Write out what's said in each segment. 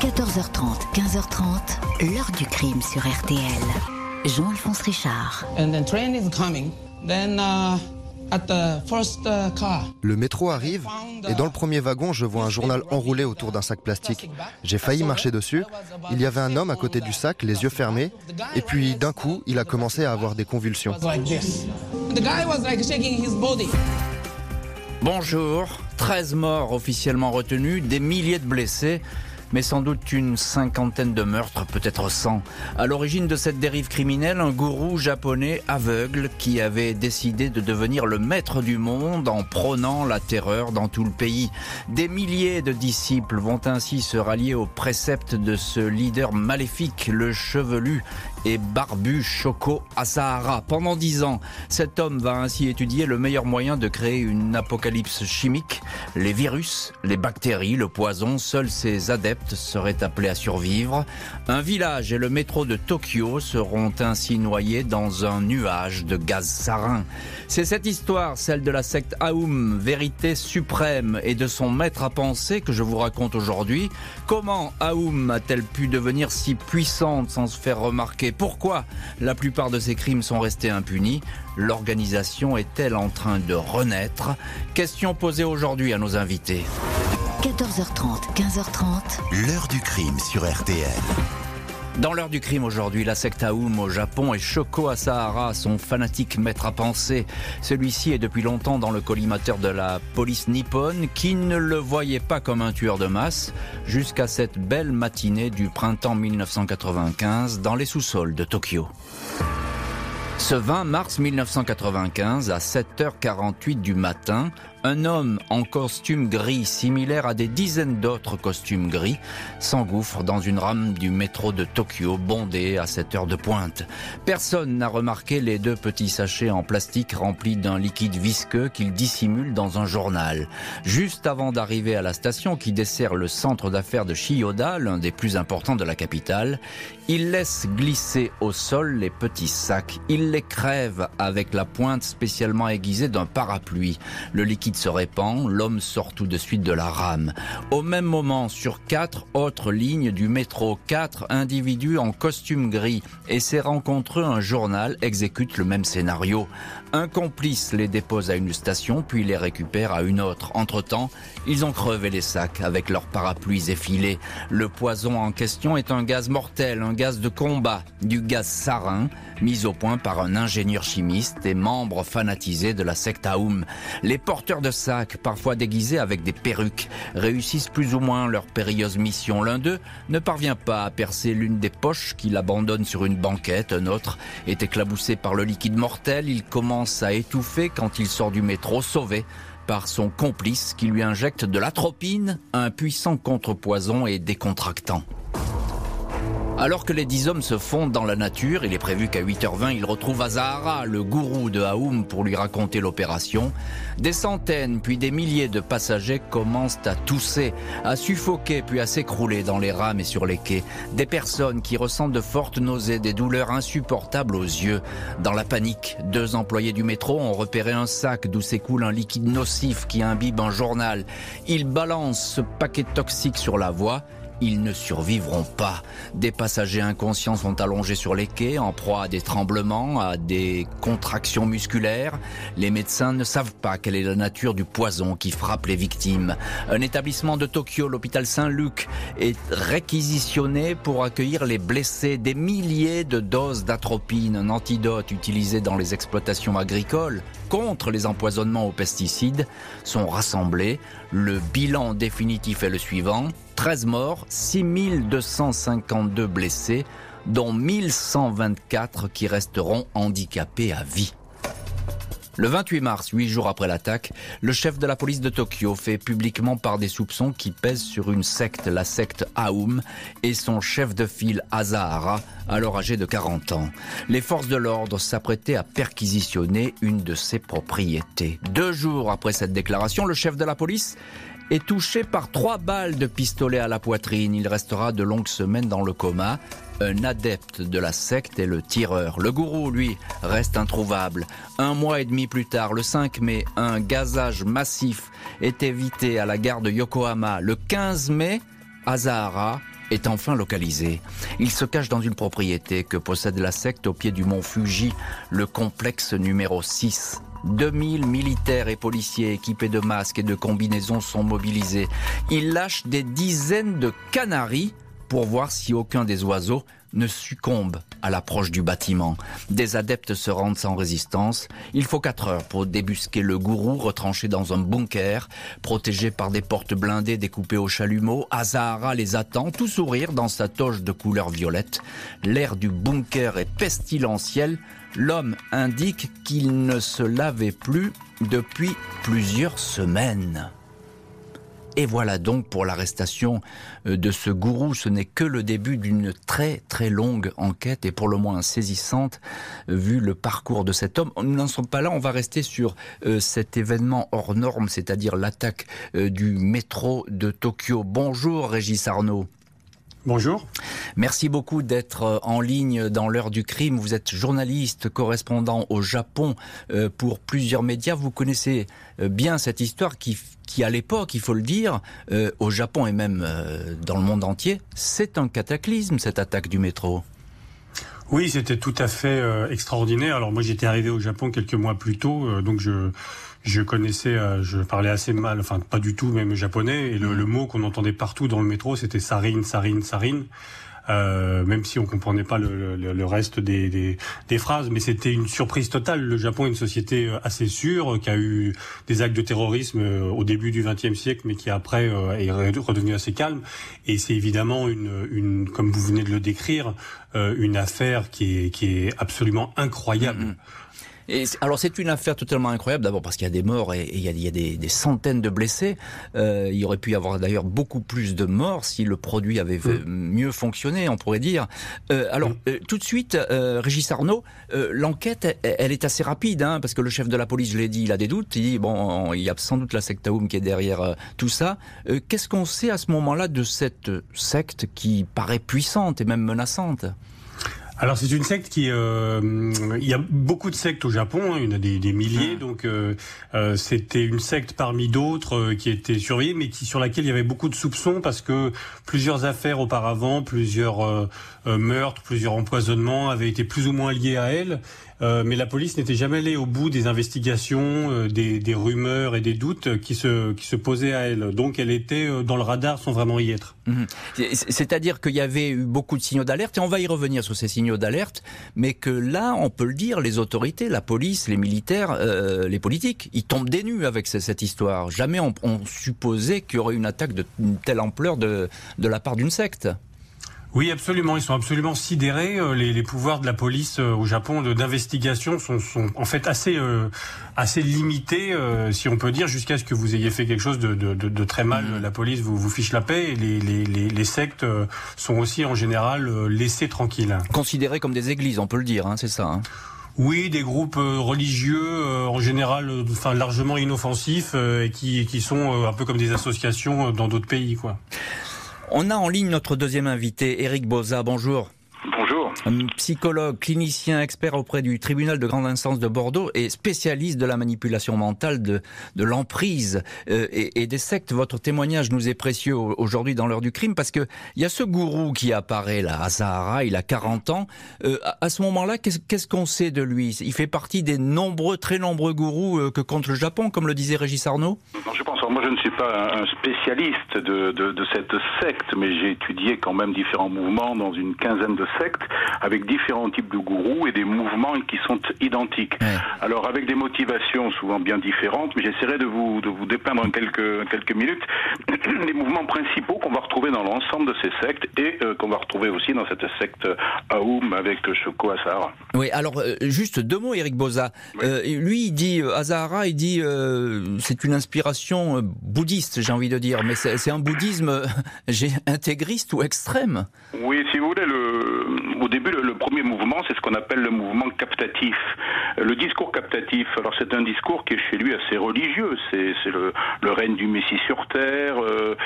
14h30, 15h30, l'heure du crime sur RTL. Jean-Alphonse Richard. Le métro arrive et dans le premier wagon, je vois un journal enroulé autour d'un sac plastique. J'ai failli marcher dessus. Il y avait un homme à côté du sac, les yeux fermés. Et puis d'un coup, il a commencé à avoir des convulsions. Bonjour, 13 morts officiellement retenus, des milliers de blessés, mais sans doute une cinquantaine de meurtres, peut-être 100. À l'origine de cette dérive criminelle, un gourou japonais aveugle qui avait décidé de devenir le maître du monde en prônant la terreur dans tout le pays. Des milliers de disciples vont ainsi se rallier aux préceptes de ce leader maléfique, le chevelu et barbu Shoko Asahara. Pendant 10 ans, cet homme va ainsi étudier le meilleur moyen de créer une apocalypse chimique. Les virus, les bactéries, le poison, seuls ses adeptes seraient appelés à survivre. Un village et le métro de Tokyo seront ainsi noyés dans un nuage de gaz sarin. C'est cette histoire, celle de la secte Aum, vérité suprême, et de son maître à penser que je vous raconte aujourd'hui. Comment Aum a-t-elle pu devenir si puissante sans se faire remarquer ? Pourquoi la plupart de ces crimes sont restés impunis ? L'organisation est-elle en train de renaître ? Question posée aujourd'hui à nos invités. 14h30, 15h30, l'heure du crime sur RTL. Dans l'heure du crime aujourd'hui, la secte Aum au Japon et Shoko Asahara, son fanatique maître à penser. Celui-ci est depuis longtemps dans le collimateur de la police nippone qui ne le voyait pas comme un tueur de masse jusqu'à cette belle matinée du printemps 1995 dans les sous-sols de Tokyo. Ce 20 mars 1995, à 7h48 du matin, un homme en costume gris, similaire à des dizaines d'autres costumes gris, s'engouffre dans une rame du métro de Tokyo, bondée à cette heure de pointe. Personne n'a remarqué les 2 petits sachets en plastique remplis d'un liquide visqueux qu'il dissimule dans un journal. Juste avant d'arriver à la station qui dessert le centre d'affaires de Chiyoda, l'un des plus importants de la capitale, il laisse glisser au sol les petits sacs. Il les crève avec la pointe spécialement aiguisée d'un parapluie. Le liquide se répand, l'homme sort tout de suite de la rame. Au même moment, sur 4 autres lignes du métro, 4 individus en costume gris et serrant contre eux un journal exécutent le même scénario. Un complice les dépose à une station, puis les récupère à une autre. Entre-temps, ils ont crevé les sacs avec leurs parapluies effilés. Le poison en question est un gaz mortel, un gaz de combat, du gaz sarin, mis au point par un ingénieur chimiste et membre fanatisé de la secte Aum. Les porteurs de sacs, parfois déguisés avec des perruques, réussissent plus ou moins leur périlleuse mission. L'un d'eux ne parvient pas à percer l'une des poches qu'il abandonne sur une banquette. Un autre est éclaboussé par le liquide mortel. Il commence à étouffer quand il sort du métro, sauvé par son complice qui lui injecte de l'atropine, un puissant contrepoison et décontractant. Alors que les 10 hommes se fondent dans la nature, il est prévu qu'à 8h20, ils retrouvent Asahara, le gourou de Aum, pour lui raconter l'opération. Des centaines, puis des milliers de passagers commencent à tousser, à suffoquer, puis à s'écrouler dans les rames et sur les quais. Des personnes qui ressentent de fortes nausées, des douleurs insupportables aux yeux. Dans la panique, 2 employés du métro ont repéré un sac d'où s'écoule un liquide nocif qui imbibe un journal. Ils balancent ce paquet toxique sur la voie. Ils ne survivront pas. Des passagers inconscients sont allongés sur les quais, en proie à des tremblements, à des contractions musculaires. Les médecins ne savent pas quelle est la nature du poison qui frappe les victimes. Un établissement de Tokyo, l'hôpital Saint-Luc, est réquisitionné pour accueillir les blessés. Des milliers de doses d'atropine, un antidote utilisé dans les exploitations agricoles contre les empoisonnements aux pesticides, sont rassemblés. Le bilan définitif est le suivant: 13 morts, 6252 blessés, dont 1124 qui resteront handicapés à vie. Le 28 mars, 8 jours après l'attaque, le chef de la police de Tokyo fait publiquement part des soupçons qui pèsent sur une secte, la secte Aum, et son chef de file Asahara, alors âgé de 40 ans. Les forces de l'ordre s'apprêtaient à perquisitionner une de ses propriétés. 2 jours après cette déclaration, le chef de la police est touché par 3 balles de pistolet à la poitrine. Il restera de longues semaines dans le coma. Un adepte de la secte est le tireur. Le gourou, lui, reste introuvable. 1 mois et demi plus tard, le 5 mai, un gazage massif est évité à la gare de Yokohama. Le 15 mai, Asahara est enfin localisé. Il se cache dans une propriété que possède la secte au pied du mont Fuji, le complexe numéro 6. 2000 militaires et policiers équipés de masques et de combinaisons sont mobilisés. Ils lâchent des dizaines de canaris pour voir si aucun des oiseaux ne succombe à l'approche du bâtiment. Des adeptes se rendent sans résistance. Il faut 4 heures pour débusquer le gourou retranché dans un bunker, protégé par des portes blindées découpées au chalumeau. Asahara les attend, tout sourire dans sa toge de couleur violette. L'air du bunker est pestilentiel. L'homme indique qu'il ne se lavait plus depuis plusieurs semaines. Et voilà donc pour l'arrestation de ce gourou. Ce n'est que le début d'une très très longue enquête et pour le moins saisissante vu le parcours de cet homme. Nous n'en sommes pas là, on va rester sur cet événement hors norme, c'est-à-dire l'attaque du métro de Tokyo. Bonjour Régis Arnaud. Bonjour. Merci beaucoup d'être en ligne dans l'heure du crime. Vous êtes journaliste, correspondant au Japon pour plusieurs médias. Vous connaissez bien cette histoire qui à l'époque, il faut le dire, au Japon et même dans le monde entier, c'est un cataclysme, cette attaque du métro. Oui, c'était tout à fait extraordinaire. Alors moi, j'étais arrivé au Japon quelques mois plus tôt, donc je connaissais, je parlais assez mal, enfin pas du tout même japonais, et le mot qu'on entendait partout dans le métro, c'était sarin, sarin, sarin. Même si on comprenait pas le reste des phrases, mais c'était une surprise totale. Le Japon est une société assez sûre, qui a eu des actes de terrorisme au début du XXe siècle, mais qui après est redevenu assez calme. Et c'est évidemment une comme vous venez de le décrire, une affaire qui est absolument incroyable. Et alors c'est une affaire totalement incroyable, d'abord parce qu'il y a des morts et il y a des centaines de blessés. Il y aurait pu y avoir d'ailleurs beaucoup plus de morts si le produit avait mieux fonctionné, on pourrait dire. Tout de suite, Régis Arnaud, l'enquête, elle est assez rapide, hein, parce que le chef de la police, je l'ai dit, il a des doutes. Il dit, bon, il y a sans doute la secte Aum qui est derrière tout ça. Qu'est-ce qu'on sait à ce moment-là de cette secte qui paraît puissante et même menaçante ? Alors c'est une secte qui, il y a beaucoup de sectes au Japon, hein, il y en a des milliers, donc c'était une secte parmi d'autres qui était surveillée, mais sur laquelle il y avait beaucoup de soupçons parce que plusieurs affaires auparavant, plusieurs meurtres, plusieurs empoisonnements avaient été plus ou moins liés à elle. Mais la police n'était jamais allée au bout des investigations, des rumeurs et des doutes qui se posaient à elle. Donc elle était dans le radar sans vraiment y être. C'est-à-dire qu'il y avait eu beaucoup de signaux d'alerte, et on va y revenir sur ces signaux d'alerte, mais que là, on peut le dire, les autorités, la police, les militaires, les politiques, ils tombent des nues avec cette histoire. Jamais on supposait qu'il y aurait une attaque d'une telle ampleur de la part d'une secte. Oui, absolument. Ils sont absolument sidérés. Les pouvoirs de la police au Japon d'investigation sont en fait assez limités, si on peut dire, jusqu'à ce que vous ayez fait quelque chose de très mal. La police vous fiche la paix et les sectes sont aussi en général laissés tranquilles. Considérés comme des églises, on peut le dire, hein, c'est ça. Hein. Oui, des groupes religieux en général, largement inoffensifs et qui sont un peu comme des associations dans d'autres pays, quoi. On a en ligne notre deuxième invité, Éric Bozat. Bonjour. Bonjour. Psychologue, clinicien, expert auprès du tribunal de grande instance de Bordeaux et spécialiste de la manipulation mentale, de l'emprise et des sectes. Votre témoignage nous est précieux aujourd'hui dans l'heure du crime parce que il y a ce gourou qui apparaît là, Asahara, il a 40 ans. À ce moment-là, qu'est-ce qu'on sait de lui ? Il fait partie des très nombreux gourous que compte le Japon, comme le disait Régis Arnaud ? Non, je pense. Moi, je ne suis pas un spécialiste de cette secte, mais j'ai étudié quand même différents mouvements dans une quinzaine de sectes, avec différents types de gourous et des mouvements qui sont identiques. Ouais. Alors, avec des motivations souvent bien différentes, mais j'essaierai de vous dépeindre en quelques minutes les mouvements principaux qu'on va retrouver dans l'ensemble de ces sectes et qu'on va retrouver aussi dans cette secte Aum avec Shoko Asahara. Oui, alors juste deux mots, Éric Bozat. Oui. Lui, il dit, Asahara, il dit, c'est une inspiration bouddhiste, j'ai envie de dire, mais c'est un bouddhisme intégriste ou extrême. Oui, si vous voulez, au début, le premier mouvement, c'est ce qu'on appelle le mouvement captatif. Le discours captatif, alors c'est un discours qui est chez lui assez religieux. C'est le règne du Messie sur terre,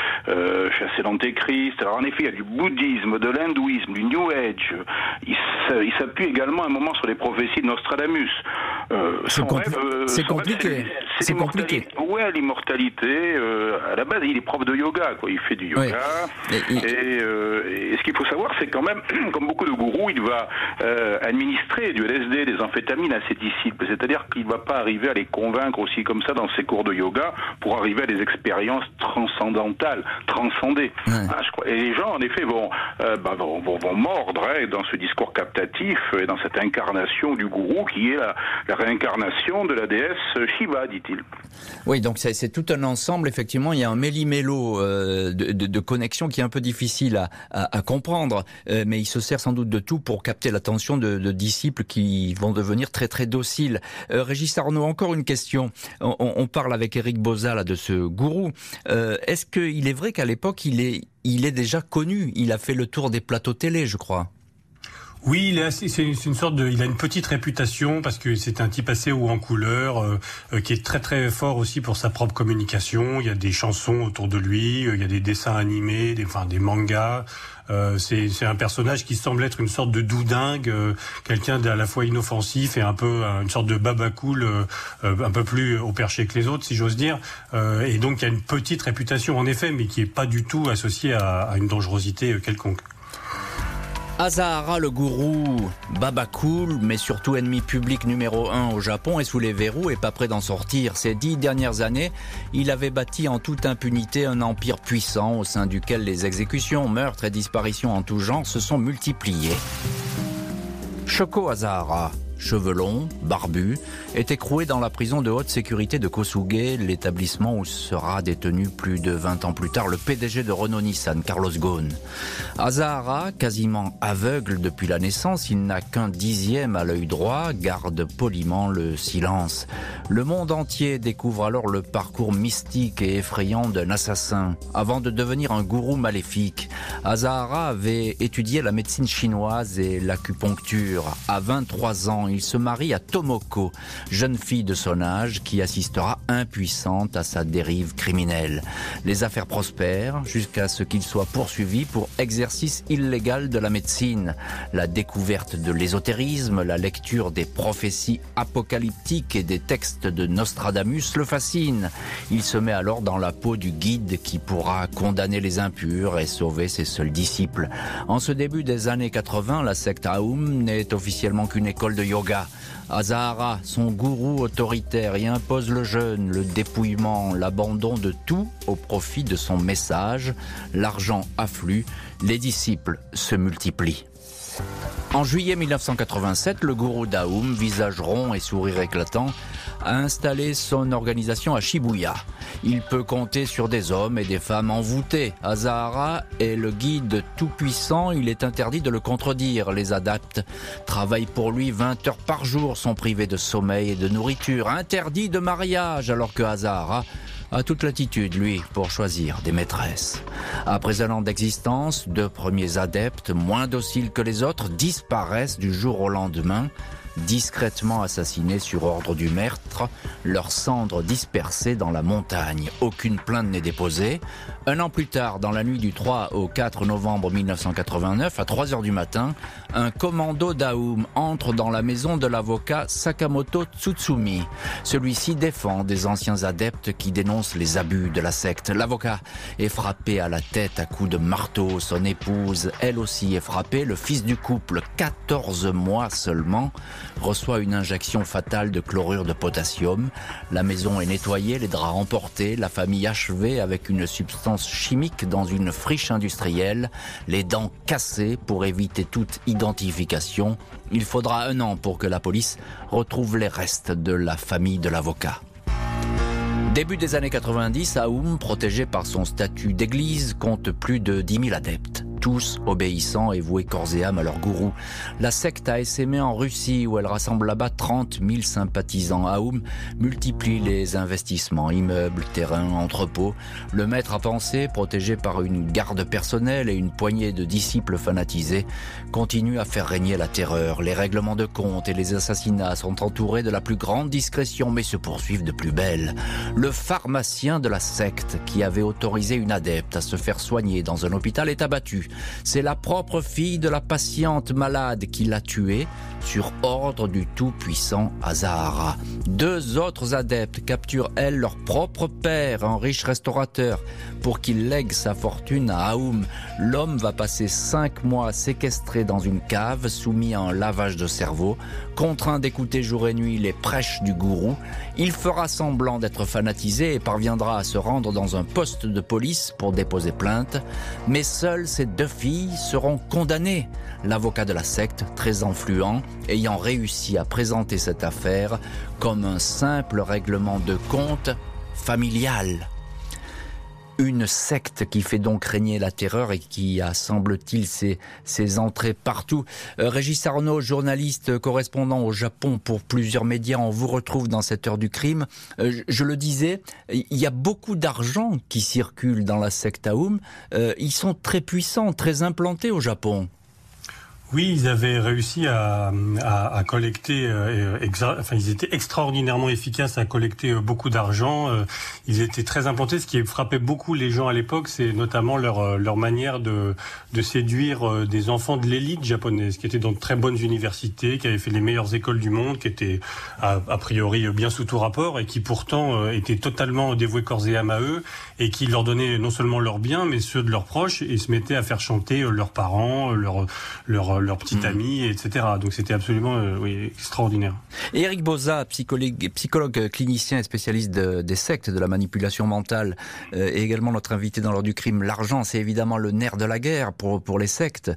chasser l'antéchrist. Alors en effet, il y a du bouddhisme, de l'hindouisme, du New Age. Il s'appuie également à un moment sur les prophéties de Nostradamus. C'est compliqué. C'est compliqué. Ouais, l'immortalité. À la base, il est prof de yoga, quoi. Il fait du yoga. Ouais. Et ce qu'il faut savoir, c'est quand même, comme beaucoup de gourous, il va administrer du LSD, des amphétamines à ses disciples. C'est-à-dire qu'il ne va pas arriver à les convaincre aussi comme ça dans ses cours de yoga pour arriver à des expériences transcendantales, transcender. Ouais. Je crois. Et les gens, en effet, vont mordre dans ce discours captatif et dans cette incarnation du gourou qui est la réincarnation de la déesse Shiva, dit-il. Oui, donc c'est tout un ensemble. Effectivement, il y a un méli-mélo de connexion qui est un peu difficile à comprendre, mais il se sert sans doute de tout pour capter l'attention de disciples qui vont devenir très très dociles. Régis Arnaud, encore une question. On parle avec Éric Bozat là, de ce gourou. Est-ce qu'il est vrai qu'à l'époque, il est déjà connu? Il a fait le tour des plateaux télé, je crois. Oui, il a une petite réputation parce que c'est un type assez haut en couleur, qui est très très fort aussi pour sa propre communication. Il y a des chansons autour de lui, il y a des dessins animés, des mangas. C'est un personnage qui semble être une sorte de doudingue, quelqu'un d'à la fois inoffensif et un peu une sorte de baba cool, un peu plus au perché que les autres, si j'ose dire. Et donc il y a une petite réputation en effet, mais qui est pas du tout associée à une dangerosité quelconque. Asahara, le gourou, baba cool, mais surtout ennemi public numéro 1 au Japon, est sous les verrous et pas prêt d'en sortir. Ces 10 dernières années, il avait bâti en toute impunité un empire puissant au sein duquel les exécutions, meurtres et disparitions en tout genre se sont multipliées. Shoko Asahara, cheveux longs, barbu, est écroué dans la prison de haute sécurité de Kosuge, l'établissement où sera détenu plus de 20 ans plus tard le PDG de Renault-Nissan, Carlos Ghosn. Asahara, quasiment aveugle depuis la naissance, il n'a qu'un 10e à l'œil droit, garde poliment le silence. Le monde entier découvre alors le parcours mystique et effrayant d'un assassin. Avant de devenir un gourou maléfique, Asahara avait étudié la médecine chinoise et l'acupuncture. À 23 ans, il se marie à Tomoko, jeune fille de son âge qui assistera impuissante à sa dérive criminelle. Les affaires prospèrent jusqu'à ce qu'il soit poursuivi pour exercice illégal de la médecine. La découverte de l'ésotérisme, la lecture des prophéties apocalyptiques et des textes de Nostradamus le fascinent. Il se met alors dans la peau du guide qui pourra condamner les impurs et sauver ses seuls disciples. En ce début des années 80, la secte Aum n'est officiellement qu'une école de yoga. Asahara, son gourou autoritaire, y impose le jeûne, le dépouillement, l'abandon de tout au profit de son message. L'argent afflue, les disciples se multiplient. En juillet 1987, le gourou d'Aum, visage rond et sourire éclatant, a installé son organisation à Shibuya. Il peut compter sur des hommes et des femmes envoûtés. Asahara est le guide tout-puissant, il est interdit de le contredire. Les adeptes travaillent pour lui 20 heures par jour, sont privés de sommeil et de nourriture. Interdit de mariage, alors que Asahara a toute latitude, lui, pour choisir des maîtresses. Après un an d'existence, 2 premiers adeptes, moins dociles que les autres, disparaissent du jour au lendemain, discrètement assassinés sur ordre du maître, leurs cendres dispersées dans la montagne. Aucune plainte n'est déposée. Un an plus tard, dans la nuit du 3 au 4 novembre 1989, à 3 heures du matin, un commando d'Aum entre dans la maison de l'avocat Sakamoto Tsutsumi. Celui-ci défend des anciens adeptes qui dénoncent les abus de la secte. L'avocat est frappé à la tête à coups de marteau. Son épouse, elle aussi, est frappée. Le fils du couple, 14 mois seulement, reçoit une injection fatale de chlorure de potassium. La maison est nettoyée, les draps emportés, la famille achevée avec une substance chimique dans une friche industrielle, les dents cassées pour éviter toute identification. Il faudra 1 an pour que la police retrouve les restes de la famille de l'avocat. Début des années 90, Aum, protégé par son statut d'église, compte plus de 10 000 adeptes. Tous obéissants et voués corps et âme à leur gourou. La secte a essaimé en Russie où elle rassemble là-bas 30 000 sympathisants. Aum multiplie les investissements, immeubles, terrains, entrepôts. Le maître à penser, protégé par une garde personnelle et une poignée de disciples fanatisés, continue à faire régner la terreur. Les règlements de compte et les assassinats sont entourés de la plus grande discrétion mais se poursuivent de plus belle. Le pharmacien de la secte qui avait autorisé une adepte à se faire soigner dans un hôpital est abattu. tue. C'est la propre fille de la patiente malade qui l'a tuée sur ordre du tout-puissant Asahara. 2 autres adeptes capturent, elles, leur propre père, un riche restaurateur, pour qu'il lègue sa fortune à Aoum. L'homme va passer 5 mois séquestré dans une cave, soumis à un lavage de cerveau, contraint d'écouter jour et nuit les prêches du gourou. Il fera semblant d'être fanatisé et parviendra à se rendre dans un poste de police pour déposer plainte. Mais seules ces 2 filles seront condamnées. L'avocat de la secte, très influent, ayant réussi à présenter cette affaire comme un simple règlement de compte familial. Une secte qui fait donc régner la terreur et qui a, semble-t-il, ses entrées partout. Régis Arnaud, journaliste, correspondant au Japon pour plusieurs médias, on vous retrouve dans cette heure du crime. Je le disais, il y a beaucoup d'argent qui circule dans la secte Aoum. Ils sont très puissants, très implantés au Japon. Oui, ils avaient réussi à collecter, ils étaient extraordinairement efficaces à collecter beaucoup d'argent. Ils étaient très implantés. Ce qui frappait beaucoup les gens à l'époque, c'est notamment leur manière de séduire des enfants de l'élite japonaise, qui étaient dans de très bonnes universités, qui avaient fait les meilleures écoles du monde, qui étaient a priori bien sous tout rapport, et qui pourtant étaient totalement dévoués corps et âme à eux, et qui leur donnaient non seulement leurs biens, mais ceux de leurs proches, et se mettaient à faire chanter leurs parents, leur petite amie, etc. Donc c'était absolument extraordinaire. Et Eric Boza, psychologue clinicien et spécialiste des sectes, de la manipulation mentale, est également notre invité dans l'heure du crime. L'argent, c'est évidemment le nerf de la guerre pour les sectes.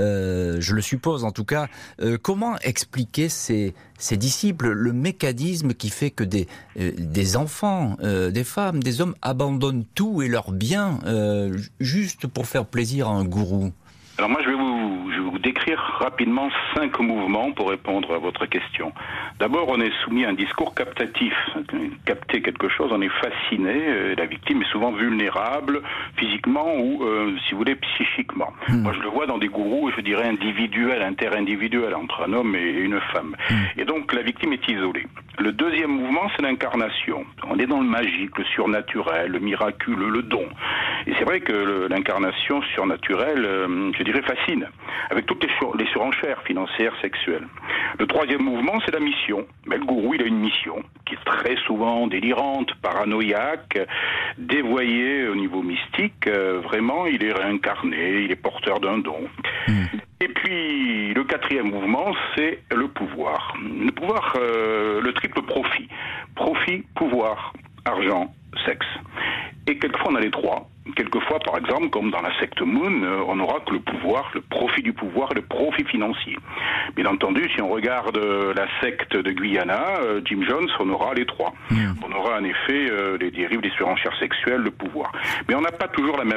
Je le suppose en tout cas. Comment expliquer ces disciples, le mécanisme qui fait que des enfants, des femmes, des hommes abandonnent tout et leurs biens juste pour faire plaisir à un gourou? Alors moi, je vais vous décrire rapidement 5 mouvements pour répondre à votre question. D'abord, on est soumis à un discours captatif. Capter quelque chose, on est fasciné. La victime est souvent vulnérable, physiquement ou, si vous voulez, psychiquement. Moi, je le vois dans des gourous, je dirais, individuels, interindividuels, entre un homme et une femme. Et donc, la victime est isolée. Le deuxième mouvement, c'est l'incarnation. On est dans le magique, le surnaturel, le miraculeux, le don. Et c'est vrai que l'incarnation surnaturelle, je dirais, fascine, avec toutes les surenchères financières, sexuelles. Le troisième mouvement, c'est la mission. Mais le gourou, il a une mission qui est très souvent délirante, paranoïaque, dévoyée au niveau mystique. Vraiment, il est réincarné, il est porteur d'un don. Et puis, le quatrième mouvement, c'est le pouvoir. Le pouvoir, le triple profit. Profit, pouvoir, argent, sexe. Et quelquefois, on a les trois. Quelquefois, par exemple, comme dans la secte Moon, on n'aura que le pouvoir, le profit du pouvoir et le profit financier. Bien entendu, si on regarde la secte de Guyana, Jim Jones, on aura les trois. On aura en effet les dérives, les surenchères sexuelles, le pouvoir. Mais on n'a pas toujours les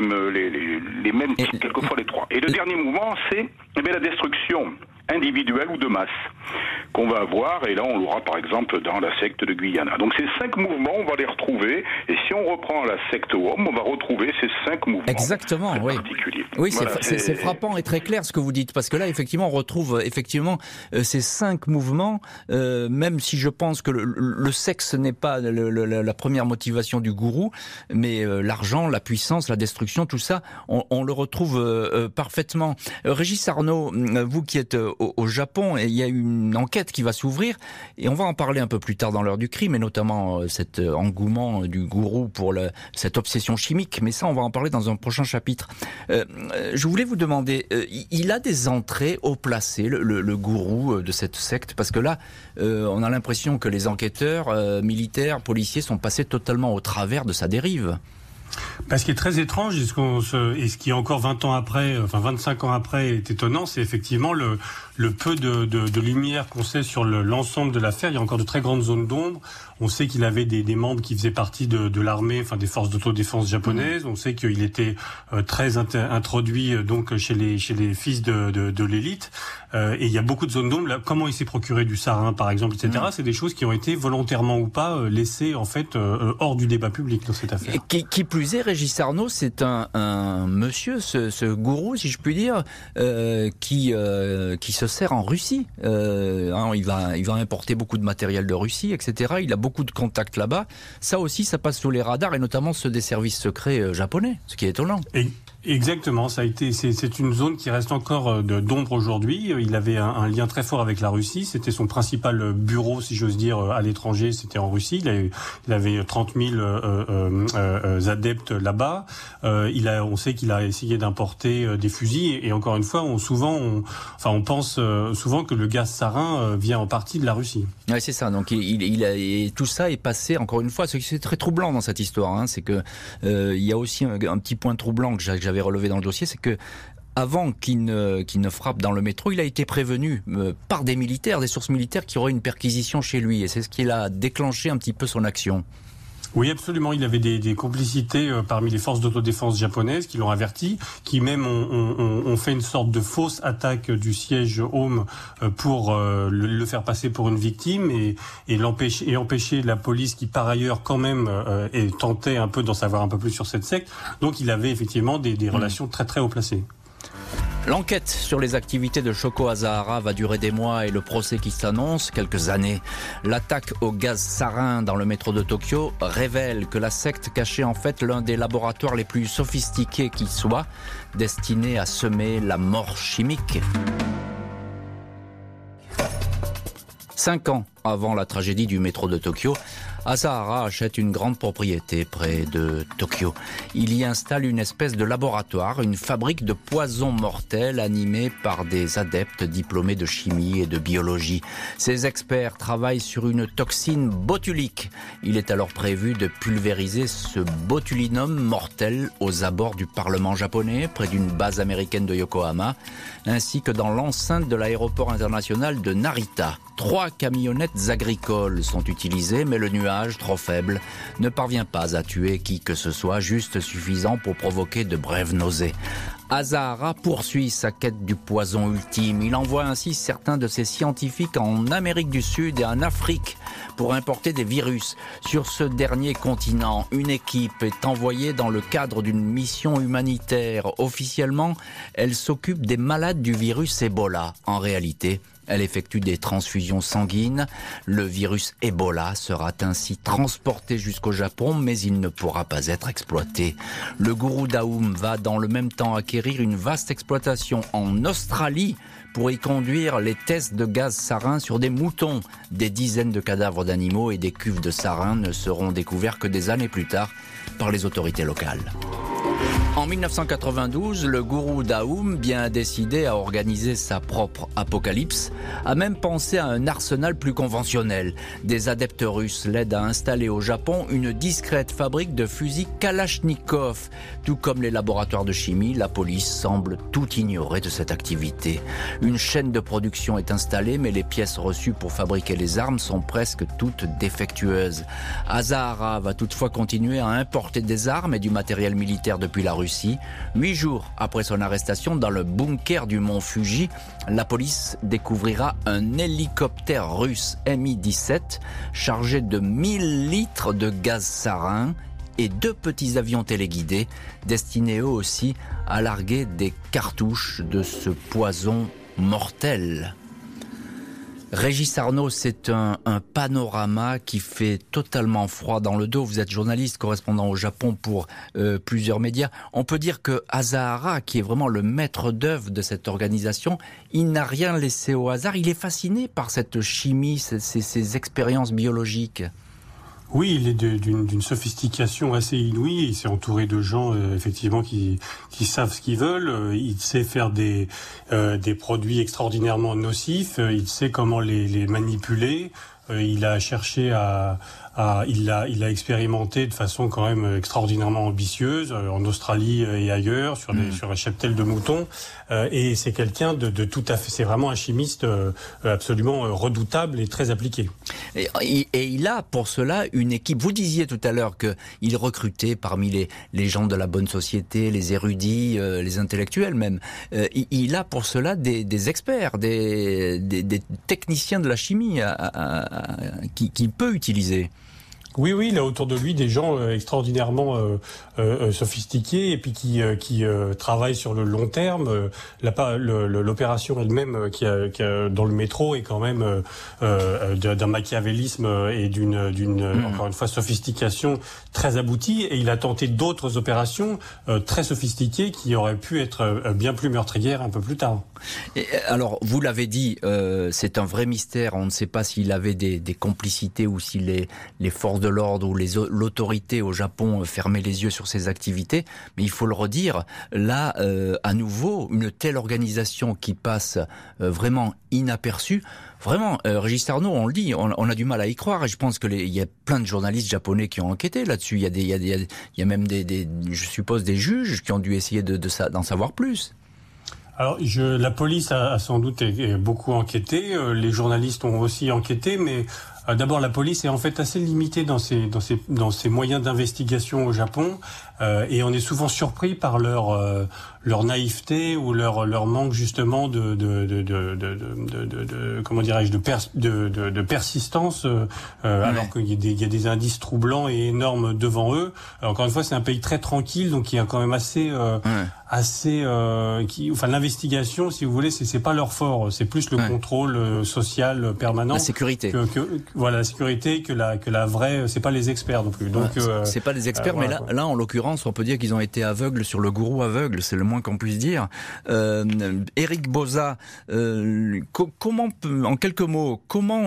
mêmes types, quelquefois les trois. Et le dernier mouvement, c'est la destruction individuelle ou de masse qu'on va avoir, et là on l'aura par exemple dans la secte de Guyana. Donc ces 5 mouvements, on va les retrouver, et si on reprend la secte Aum, on va retrouver ces 5 mouvements. Exactement, oui. Particuliers. Oui, voilà, c'est frappant et très clair ce que vous dites, parce que là effectivement on retrouve ces 5 mouvements, même si je pense que le sexe n'est pas la première motivation du gourou, mais l'argent, la puissance, la destruction, tout ça, on le retrouve parfaitement. Régis Arnaud, vous qui êtes au Japon, et il y a une enquête qui va s'ouvrir, et on va en parler un peu plus tard dans l'heure du crime, et notamment cet engouement du gourou pour cette obsession chimique, mais ça on va en parler dans un prochain chapitre. Je voulais vous demander, il a des entrées haut placées, le gourou de cette secte, parce que là on a l'impression que les enquêteurs militaires, policiers sont passés totalement au travers de sa dérive. Ce qui est très étrange, et ce qui encore 25 ans après est étonnant, c'est effectivement le peu de lumière qu'on sait sur l'ensemble de l'affaire. Il y a encore de très grandes zones d'ombre. On sait qu'il avait des membres qui faisaient partie de l'armée, des forces d'autodéfense japonaises. On sait qu'il était très introduit donc chez les fils de l'élite. Et il y a beaucoup de zones d'ombre. Là, comment il s'est procuré du sarin, par exemple, etc. C'est des choses qui ont été volontairement ou pas laissées en fait hors du débat public dans cette affaire. Et qui plus est, Régis Arnaud, c'est un monsieur, ce gourou, si je puis dire, qui se sert en Russie. Il va importer beaucoup de matériel de Russie, etc. Il a beaucoup de contacts là-bas. Ça aussi, ça passe sous les radars, et notamment ceux des services secrets japonais, ce qui est étonnant. Exactement, c'est une zone qui reste encore d'ombre aujourd'hui. Il avait un lien très fort avec la Russie. C'était son principal bureau, si j'ose dire, à l'étranger. C'était en Russie. Il avait 30 000 adeptes là-bas. On sait qu'il a essayé d'importer des fusils. Et encore une fois, on pense souvent que le gaz sarin vient en partie de la Russie. Oui, c'est ça. Donc tout ça est passé, encore une fois, ce qui est très troublant dans cette histoire, c'est que il y a aussi un petit point troublant que j'avais relevé dans le dossier, c'est que avant qu'il ne frappe dans le métro, il a été prévenu par des militaires, des sources militaires, qu'il y aurait une perquisition chez lui. Et c'est ce qui a déclenché un petit peu son action. Oui, absolument. Il avait des complicités parmi les forces d'autodéfense japonaises qui l'ont averti, qui même ont fait une sorte de fausse attaque du siège Home pour le faire passer pour une victime et empêcher la police qui par ailleurs quand même tentait un peu d'en savoir un peu plus sur cette secte. Donc il avait effectivement des relations très très haut placées. L'enquête sur les activités de Shoko Asahara va durer des mois et le procès qui s'annonce quelques années. L'attaque au gaz sarin dans le métro de Tokyo révèle que la secte cachait en fait l'un des laboratoires les plus sophistiqués qui soit, destiné à semer la mort chimique. 5 ans avant la tragédie du métro de Tokyo, Asahara achète une grande propriété près de Tokyo. Il y installe une espèce de laboratoire, une fabrique de poisons mortels animée par des adeptes diplômés de chimie et de biologie. Ces experts travaillent sur une toxine botulique. Il est alors prévu de pulvériser ce botulinum mortel aux abords du Parlement japonais, près d'une base américaine de Yokohama, ainsi que dans l'enceinte de l'aéroport international de Narita. 3 camionnettes agricoles sont utilisées, mais le nuage, trop faible, ne parvient pas à tuer qui que ce soit, juste suffisant pour provoquer de brèves nausées. Asahara poursuit sa quête du poison ultime. Il envoie ainsi certains de ses scientifiques en Amérique du Sud et en Afrique pour importer des virus. Sur ce dernier continent, une équipe est envoyée dans le cadre d'une mission humanitaire. Officiellement, elle s'occupe des malades du virus Ebola. En réalité, elle effectue des transfusions sanguines. Le virus Ebola sera ainsi transporté jusqu'au Japon, mais il ne pourra pas être exploité. Le gourou Daoum va dans le même temps acquérir une vaste exploitation en Australie pour y conduire les tests de gaz sarin sur des moutons. Des dizaines de cadavres d'animaux et des cuves de sarin ne seront découverts que des années plus tard par les autorités locales. En 1992, le gourou Daoum, bien décidé à organiser sa propre apocalypse, a même pensé à un arsenal plus conventionnel. Des adeptes russes l'aident à installer au Japon une discrète fabrique de fusils Kalachnikov. Tout comme les laboratoires de chimie, la police semble tout ignorer de cette activité. Une chaîne de production est installée, mais les pièces reçues pour fabriquer les armes sont presque toutes défectueuses. Asahara va toutefois continuer à importer des armes et du matériel militaire depuis la Russie. 8 jours après son arrestation dans le bunker du mont Fuji, la police découvrira un hélicoptère russe Mi-17 chargé de 1000 litres de gaz sarin et 2 petits avions téléguidés destinés eux aussi à larguer des cartouches de ce poison mortel. Régis Arnaud, c'est un panorama qui fait totalement froid dans le dos. Vous êtes journaliste, correspondant au Japon pour plusieurs médias. On peut dire que Asahara, qui est vraiment le maître d'œuvre de cette organisation, il n'a rien laissé au hasard. Il est fasciné par cette chimie, ces expériences biologiques. Oui, il est d'une sophistication assez inouïe. Il s'est entouré de gens effectivement qui savent ce qu'ils veulent. Il sait faire des produits extraordinairement nocifs. Il sait comment les manipuler. Il a cherché il a expérimenté de façon quand même extraordinairement ambitieuse en Australie et ailleurs sur un cheptel de moutons. Et c'est quelqu'un de tout à fait. C'est vraiment un chimiste absolument redoutable et très appliqué. Et il a pour cela une équipe. Vous disiez tout à l'heure qu'il recrutait parmi les gens de la bonne société, les érudits, les intellectuels même. Il a pour cela des experts, des techniciens de la chimie qu'il peut utiliser. Oui, il a autour de lui des gens extraordinairement sophistiqués et puis qui travaillent sur le long terme. L'opération elle-même qui a dans le métro est quand même d'un machiavélisme et d'une encore une fois sophistication très aboutie. Et il a tenté d'autres opérations très sophistiquées qui auraient pu être bien plus meurtrières un peu plus tard. Et alors, vous l'avez dit, c'est un vrai mystère. On ne sait pas s'il avait des complicités ou si les forces de l'ordre ou l'autorité au Japon fermaient les yeux sur ses activités. Mais il faut le redire, là, à nouveau, une telle organisation qui passe vraiment inaperçue. Vraiment, Régis Arnaud, on le dit, on a du mal à y croire. Et je pense qu'il y a plein de journalistes japonais qui ont enquêté là-dessus. Il y a même je suppose, des juges qui ont dû essayer d'en savoir plus. Alors, la police a sans doute beaucoup enquêté, les journalistes ont aussi enquêté, mais d'abord la police est en fait assez limitée dans ses moyens d'investigation au Japon, et on est souvent surpris par leur naïveté ou leur manque justement comment dirais-je de persistance, alors qu'il y a des indices troublants et énormes devant eux. Alors, encore une fois, c'est un pays très tranquille, donc il y a quand même l'investigation, si vous voulez, c'est pas leur fort, c'est plus le contrôle social permanent. La sécurité. Voilà, la sécurité que la vraie, c'est pas les experts non plus. Donc c'est pas les experts, mais là en l'occurrence, on peut dire qu'ils ont été aveugles sur le gourou aveugle, c'est le moins qu'on puisse dire. Éric Bauza, comment, en quelques mots,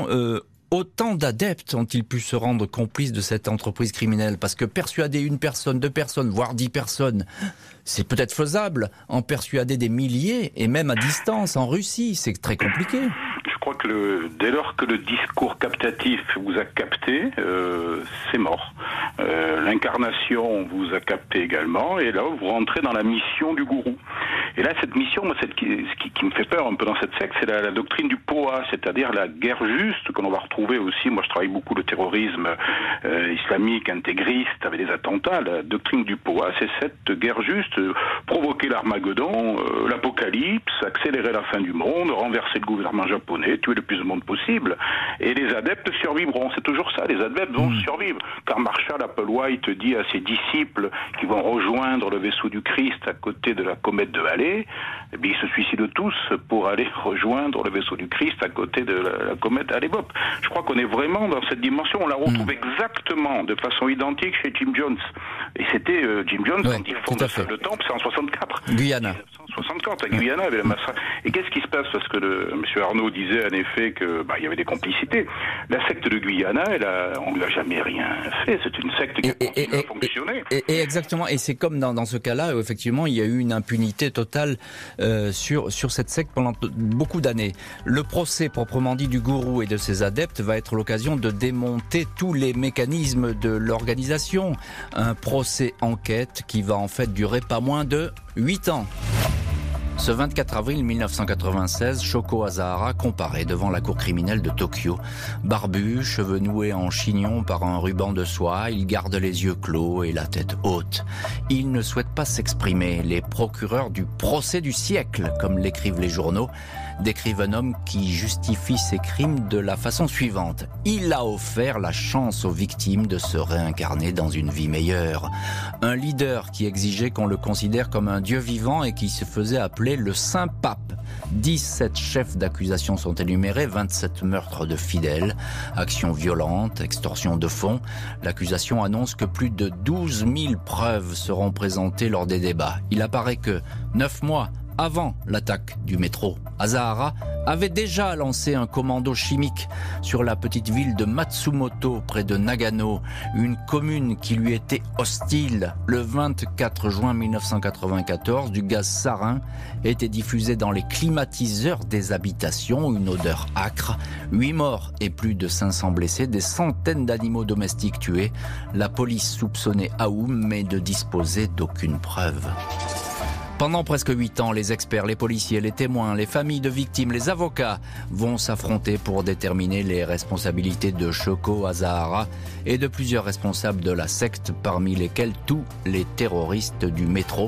autant d'adeptes ont-ils pu se rendre complices de cette entreprise criminelle? Parce que persuader une personne, 2 personnes, voire 10 personnes, c'est peut-être faisable. En persuader des milliers, et même à distance, en Russie, c'est très compliqué. Je crois que dès lors que le discours captatif vous a capté, c'est mort. L'incarnation vous a capté également, et là vous rentrez dans la mission du gourou. Et là, cette mission, moi, ce qui me fait peur un peu dans cette secte, c'est la doctrine du POA, c'est-à-dire la guerre juste que l'on va retrouver aussi. Moi, je travaille beaucoup le terrorisme islamique, intégriste, avec des attentats. La doctrine du POA, c'est cette guerre juste, provoquer l'Armageddon, l'apocalypse, accélérer la fin du monde, renverser le gouvernement japonais, tuer le plus de monde possible. Et les adeptes survivront. C'est toujours ça, les adeptes vont survivre. Car Marshall Applewhite dit à ses disciples qui vont rejoindre le vaisseau du Christ à côté de la comète de Halley, eh bien, ils se suicident tous pour aller rejoindre le vaisseau du Christ à côté de la comète Halley-Bopp. Je crois qu'on est vraiment dans cette dimension. On la retrouve exactement de façon identique chez Jim Jones. Et c'était Jim Jones quand il fonde le temple, c'est en 64. Guyana. 1964, à Guyana, avec le massacre. Et qu'est-ce qui se passe? Parce que M. Arnaud disait en effet que il y avait des complicités. La secte de Guyana, on lui a jamais rien fait. C'est une secte qui a continué à fonctionner. Et exactement. Et c'est comme dans ce cas-là, où effectivement, il y a eu une impunité totale sur cette secte pendant beaucoup d'années. Le procès proprement dit du gourou et de ses adeptes va être l'occasion de démonter tous les mécanismes de l'organisation. Un procès enquête qui va en fait durer pas moins de 8 ans. Ce 24 avril 1996, Shoko Asahara comparaît devant la cour criminelle de Tokyo. Barbu, cheveux noués en chignon par un ruban de soie, il garde les yeux clos et la tête haute. Il ne souhaite pas s'exprimer. Les procureurs du procès du siècle, comme l'écrivent les journaux, décrivent un homme qui justifie ses crimes de la façon suivante. Il a offert la chance aux victimes de se réincarner dans une vie meilleure. Un leader qui exigeait qu'on le considère comme un dieu vivant et qui se faisait appeler le Saint Pape. 17 chefs d'accusation sont énumérés, 27 meurtres de fidèles, actions violentes, extorsion de fonds. L'accusation annonce que plus de 12 000 preuves seront présentées lors des débats. Il apparaît que 9 mois avant l'attaque du métro, Asahara avait déjà lancé un commando chimique sur la petite ville de Matsumoto, près de Nagano, une commune qui lui était hostile. Le 24 juin 1994, du gaz sarin était diffusé dans les climatiseurs des habitations, une odeur âcre, 8 morts et plus de 500 blessés, des centaines d'animaux domestiques tués. La police soupçonnait Aoum, mais ne disposait d'aucune preuve. Pendant presque 8 ans, les experts, les policiers, les témoins, les familles de victimes, les avocats vont s'affronter pour déterminer les responsabilités de Shoko Asahara et de plusieurs responsables de la secte, parmi lesquels tous les terroristes du métro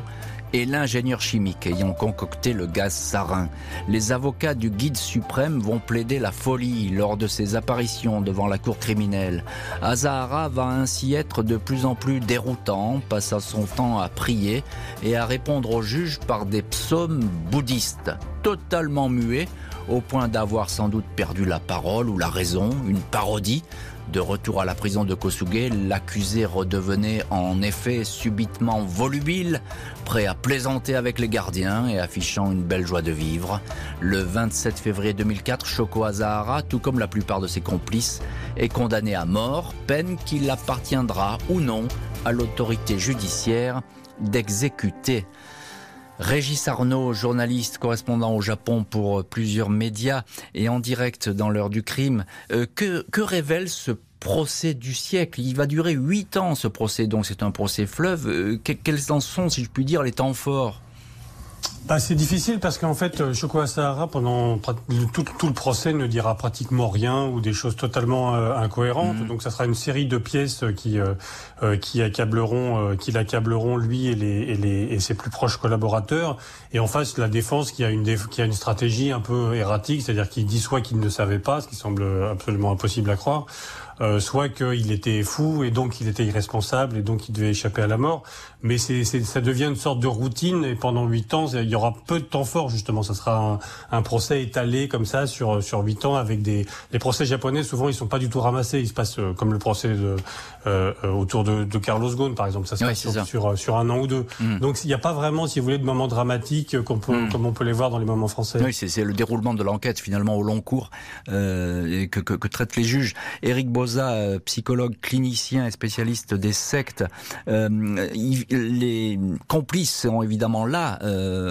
et l'ingénieur chimique ayant concocté le gaz sarin. Les avocats du guide suprême vont plaider la folie lors de ses apparitions devant la cour criminelle. Azahara va ainsi être de plus en plus déroutant, passant son temps à prier et à répondre aux juges par des psaumes bouddhistes, totalement muets, au point d'avoir sans doute perdu la parole ou la raison, une parodie. De retour à la prison de Kosuge, l'accusé redevenait en effet subitement volubile, prêt à plaisanter avec les gardiens et affichant une belle joie de vivre. Le 27 février 2004, Shoko Asahara, tout comme la plupart de ses complices, est condamné à mort, peine qu'il appartiendra ou non à l'autorité judiciaire d'exécuter. Régis Arnaud, journaliste, correspondant au Japon pour plusieurs médias et en direct dans l'heure du crime. Que révèle ce procès du siècle? Il va durer 8 ans ce procès, donc c'est un procès fleuve. Quels en sont, si je puis dire, les temps forts? C'est difficile parce qu'en fait, Shoko Asahara, pendant tout le procès, ne dira pratiquement rien ou des choses totalement incohérentes. Donc, ça sera une série de pièces qui l'accableront lui et ses plus proches collaborateurs. Et en face, la défense qui a une stratégie un peu erratique, c'est-à-dire qu'il dit soit qu'il ne savait pas, ce qui semble absolument impossible à croire, soit qu'il était fou et donc il était irresponsable et donc il devait échapper à la mort. Mais ça devient une sorte de routine et pendant 8 ans, il y aura peu de temps fort justement. Ça sera un procès étalé comme ça sur 8 ans avec les procès japonais, souvent ils sont pas du tout ramassés. Ils se passent comme le procès autour de Carlos Ghosn par exemple. Ça se passe sur 1 an ou 2. Donc il n'y a pas vraiment, si vous voulez, de moments dramatiques comme on peut les voir dans les moments français. Oui, c'est le déroulement de l'enquête finalement au long cours que traitent les juges. Éric Bozat, psychologue clinicien et spécialiste des sectes, les complices sont évidemment là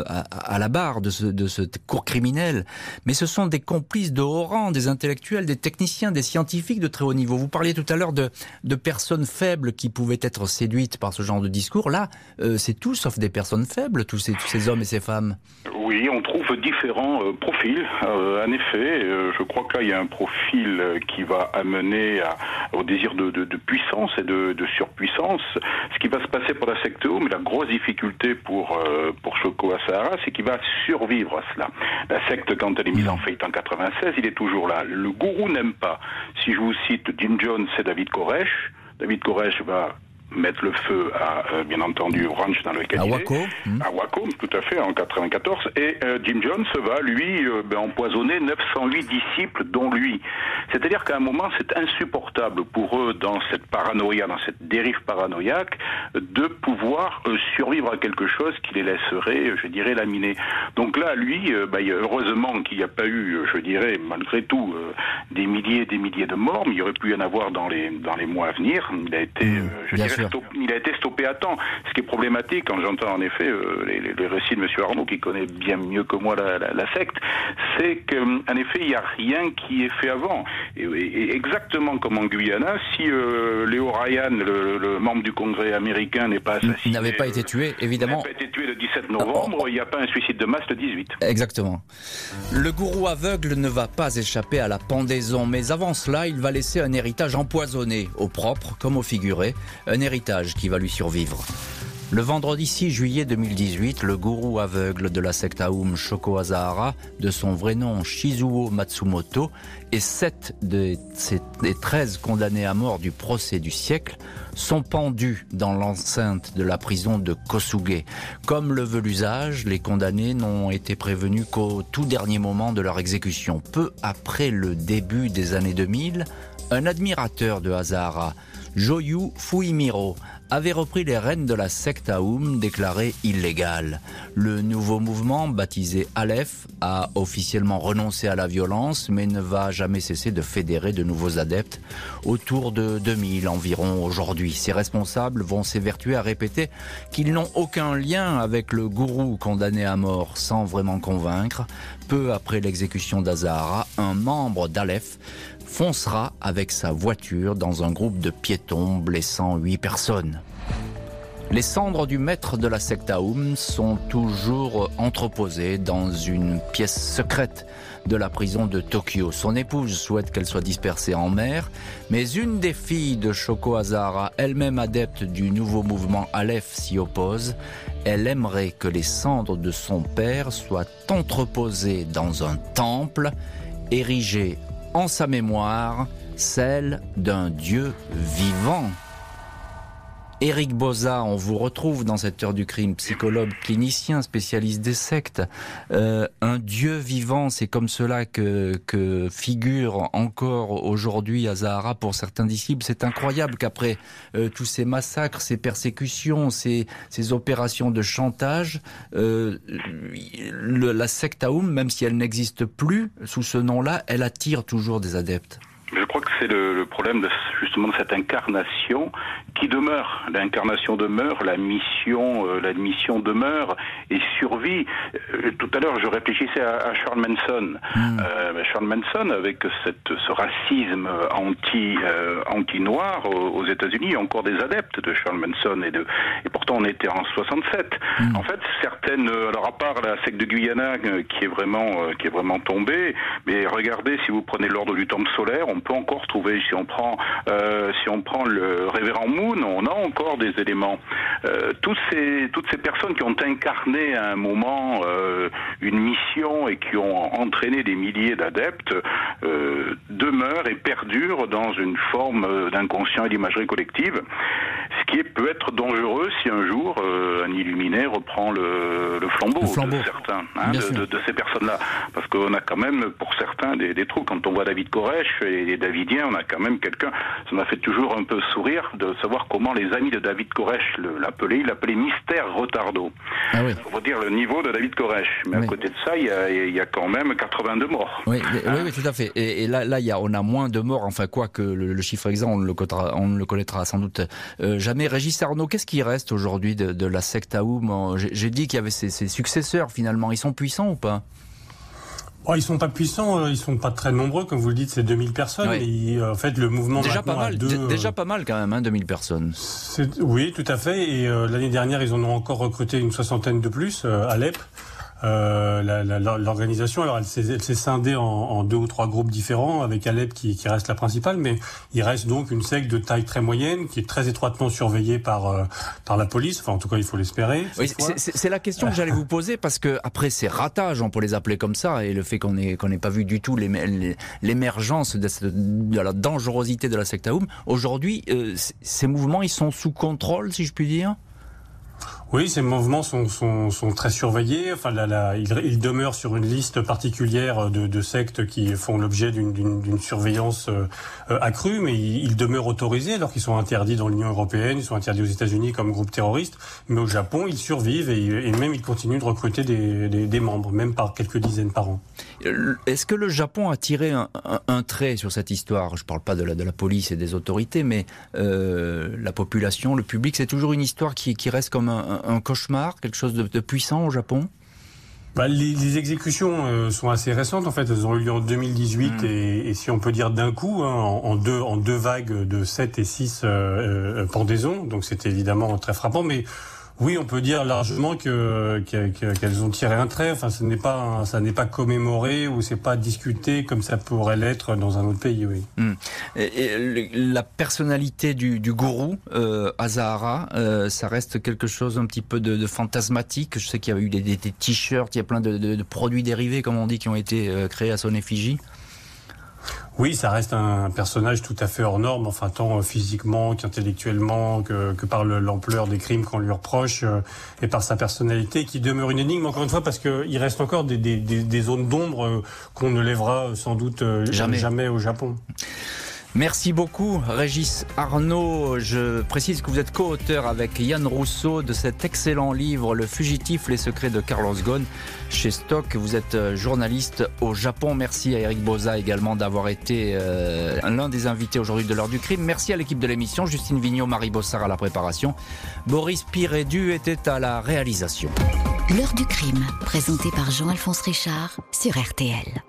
à la barre de cette cour criminelle, mais ce sont des complices de haut rang, des intellectuels, des techniciens, des scientifiques de très haut niveau. Vous parliez tout à l'heure de personnes faibles qui pouvaient être séduites par ce genre de discours. Là, c'est tout sauf des personnes faibles, tous ces hommes et ces femmes. Oui, on trouve différents profils. En effet, je crois que là, il y a un profil qui va amener au désir de puissance et de surpuissance. Ce qui va se passer pour la secte mais la grosse difficulté pour Shoko Asahara, c'est qu'il va survivre à cela. La secte, quand elle est mise en faillite en 96, il est toujours là. Le gourou n'aime pas. Si je vous cite Jim Jones et David Koresh, David Koresh va mettre le feu à, bien entendu, au ranch dans lequel il est. À Waco, tout à fait, en 94. Et Jim Jones va, lui, empoisonner 908 disciples, dont lui. C'est-à-dire qu'à un moment, c'est insupportable pour eux, dans cette paranoïa, dans cette dérive paranoïaque, de pouvoir survivre à quelque chose qui les laisserait, je dirais, laminer. Donc là, lui, heureusement qu'il n'y a pas eu, je dirais, malgré tout, des milliers et des milliers de morts, mais il y aurait pu y en avoir dans les mois à venir. Il a été, il a été stoppé à temps. Ce qui est problématique, quand j'entends en effet les récits de M. Arnaud, qui connaît bien mieux que moi la secte, c'est qu'en effet, il n'y a rien qui est fait avant. Et exactement comme en Guyana, si Léo Ryan, le membre du Congrès américain, n'est pas assassiné... Il n'avait pas été tué, évidemment. Il n'a pas été tué le 17 novembre, il n'y a pas un suicide de masse le 18. Exactement. Le gourou aveugle ne va pas échapper à la pendaison, mais avant cela, il va laisser un héritage empoisonné, au propre comme au figuré, un héritage qui va lui survivre. Le vendredi 6 juillet 2018, le gourou aveugle de la secte Aum, Shoko Asahara, de son vrai nom Shizuo Matsumoto, et 7 des 13 condamnés à mort du procès du siècle sont pendus dans l'enceinte de la prison de Kosuge. Comme le veut l'usage, les condamnés n'ont été prévenus qu'au tout dernier moment de leur exécution. Peu après le début des années 2000, un admirateur de Asahara, Joyu Fuimiro, avait repris les rênes de la secte Aum déclarée illégale. Le nouveau mouvement, baptisé Aleph, a officiellement renoncé à la violence, mais ne va jamais cesser de fédérer de nouveaux adeptes, autour de 2000 environ aujourd'hui. Ses responsables vont s'évertuer à répéter qu'ils n'ont aucun lien avec le gourou condamné à mort, sans vraiment convaincre. Peu après l'exécution d'Asahara, un membre d'Aleph foncera avec sa voiture dans un groupe de piétons, blessant 8 personnes. Les cendres du maître de la secte Aum sont toujours entreposées dans une pièce secrète de la prison de Tokyo. Son épouse souhaite qu'elle soit dispersée en mer, mais une des filles de Shoko Asahara, elle-même adepte du nouveau mouvement Aleph, s'y oppose. Elle aimerait que les cendres de son père soient entreposées dans un temple érigé en sa mémoire, celle d'un Dieu vivant. Éric Bozat, on vous retrouve dans cette heure du crime, psychologue, clinicien, spécialiste des sectes. Un Dieu vivant, c'est comme cela que figure encore aujourd'hui à Zahara pour certains disciples. C'est incroyable qu'après tous ces massacres, ces persécutions, ces opérations de chantage, la secte Aoum, même si elle n'existe plus sous ce nom-là, elle attire toujours des adeptes. Je crois que c'est le problème justement de cette incarnation qui demeure. L'incarnation demeure, la mission demeure et survit. Tout à l'heure, je réfléchissais à Charles Manson. Charles Manson, avec ce racisme anti-noir aux États-Unis, il y a encore des adeptes de Charles Manson et pourtant on était en 67. En fait, certaines, alors à part la secte de Guyana qui est vraiment tombée, mais regardez, si vous prenez l'ordre du Temple solaire, on peut encore trouver, si on prend le révérend Moon, on a encore des éléments. Toutes ces personnes qui ont incarné à un moment une mission et qui ont entraîné des milliers d'adeptes demeurent et perdurent dans une forme d'inconscient et d'imagerie collective, ce qui peut être dangereux si un jour un illuminé reprend le flambeau de certains, de ces personnes-là, parce qu'on a quand même pour certains des trous. Quand on voit David Koresh et les Davidiens, on a quand même quelqu'un, ça m'a fait toujours un peu sourire de savoir comment les amis de David Koresh l'appelaient. Il l'appelait Mystère Retardo. Ah oui. Faut dire le niveau de David Koresh. Mais à côté de ça, il y a quand même 82 morts. Oui, tout à fait. Et là, on a moins de morts. Enfin, quoi que le chiffre exact, on ne le connaîtra sans doute jamais. Régis Arnaud, qu'est-ce qui reste aujourd'hui de la secte Aoum? J'ai dit qu'il y avait ses successeurs finalement. Ils sont puissants ou pas? Ils sont pas puissants, ils sont pas très nombreux, comme vous le dites, c'est 2000 personnes. Oui. Et en fait, le mouvement déjà pas mal, déjà pas mal quand même, 2000 personnes. Oui, tout à fait. Et l'année dernière, ils en ont encore recruté une 60aine de plus à Alep. L'organisation, alors elle s'est scindée en 2 ou 3 groupes différents, avec Alep qui reste la principale, mais il reste donc une secte de taille très moyenne qui est très étroitement surveillée par la police. Enfin, en tout cas, il faut l'espérer. Oui, c'est la question que j'allais vous poser, parce que après ces ratages, on peut les appeler comme ça, et le fait qu'on n'ait pas vu du tout l'émergence de la dangerosité de la secte Aoum, aujourd'hui, ces mouvements, ils sont sous contrôle, si je puis dire? Oui, ces mouvements sont très surveillés. Enfin, ils demeurent sur une liste particulière de sectes qui font l'objet d'une surveillance accrue, mais ils demeurent autorisés alors qu'ils sont interdits dans l'Union européenne, ils sont interdits aux États-Unis comme groupe terroriste. Mais au Japon, ils survivent et même ils continuent de recruter des membres, même par quelques dizaines par an. Est-ce que le Japon a tiré un trait sur cette histoire? Je ne parle pas de la police et des autorités, mais la population, le public, c'est toujours une histoire qui reste comme un cauchemar, quelque chose de puissant au Japon? Les exécutions sont assez récentes, en fait. Elles ont eu lieu en 2018 et si on peut dire d'un coup, en deux vagues de 7 et 6 pendaisons. Donc c'était évidemment très frappant, mais oui, on peut dire largement qu'elles ont tiré un trait. Enfin, ça n'est pas commémoré ou c'est pas discuté comme ça pourrait l'être dans un autre pays, oui. Et la personnalité du gourou à Zahara, ça reste quelque chose un petit peu de fantasmatique. Je sais qu'il y a eu des t-shirts, il y a plein de produits dérivés, comme on dit, qui ont été créés à son effigie. Oui, ça reste un personnage tout à fait hors norme, enfin tant physiquement qu'intellectuellement, que par l'ampleur des crimes qu'on lui reproche et par sa personnalité qui demeure une énigme, encore une fois, parce qu'il reste encore des zones d'ombre qu'on ne lèvera sans doute jamais au Japon. Merci beaucoup Régis Arnaud. Je précise que vous êtes co-auteur avec Yann Rousseau de cet excellent livre Le Fugitif, les secrets de Carlos Ghosn chez Stock. Vous êtes journaliste au Japon. Merci à Éric Bozat également d'avoir été l'un des invités aujourd'hui de l'heure du crime. Merci à l'équipe de l'émission, Justine Vignot, Marie Bossard à la préparation. Boris Pirédu était à la réalisation. L'heure du crime, présenté par Jean-Alphonse Richard sur RTL.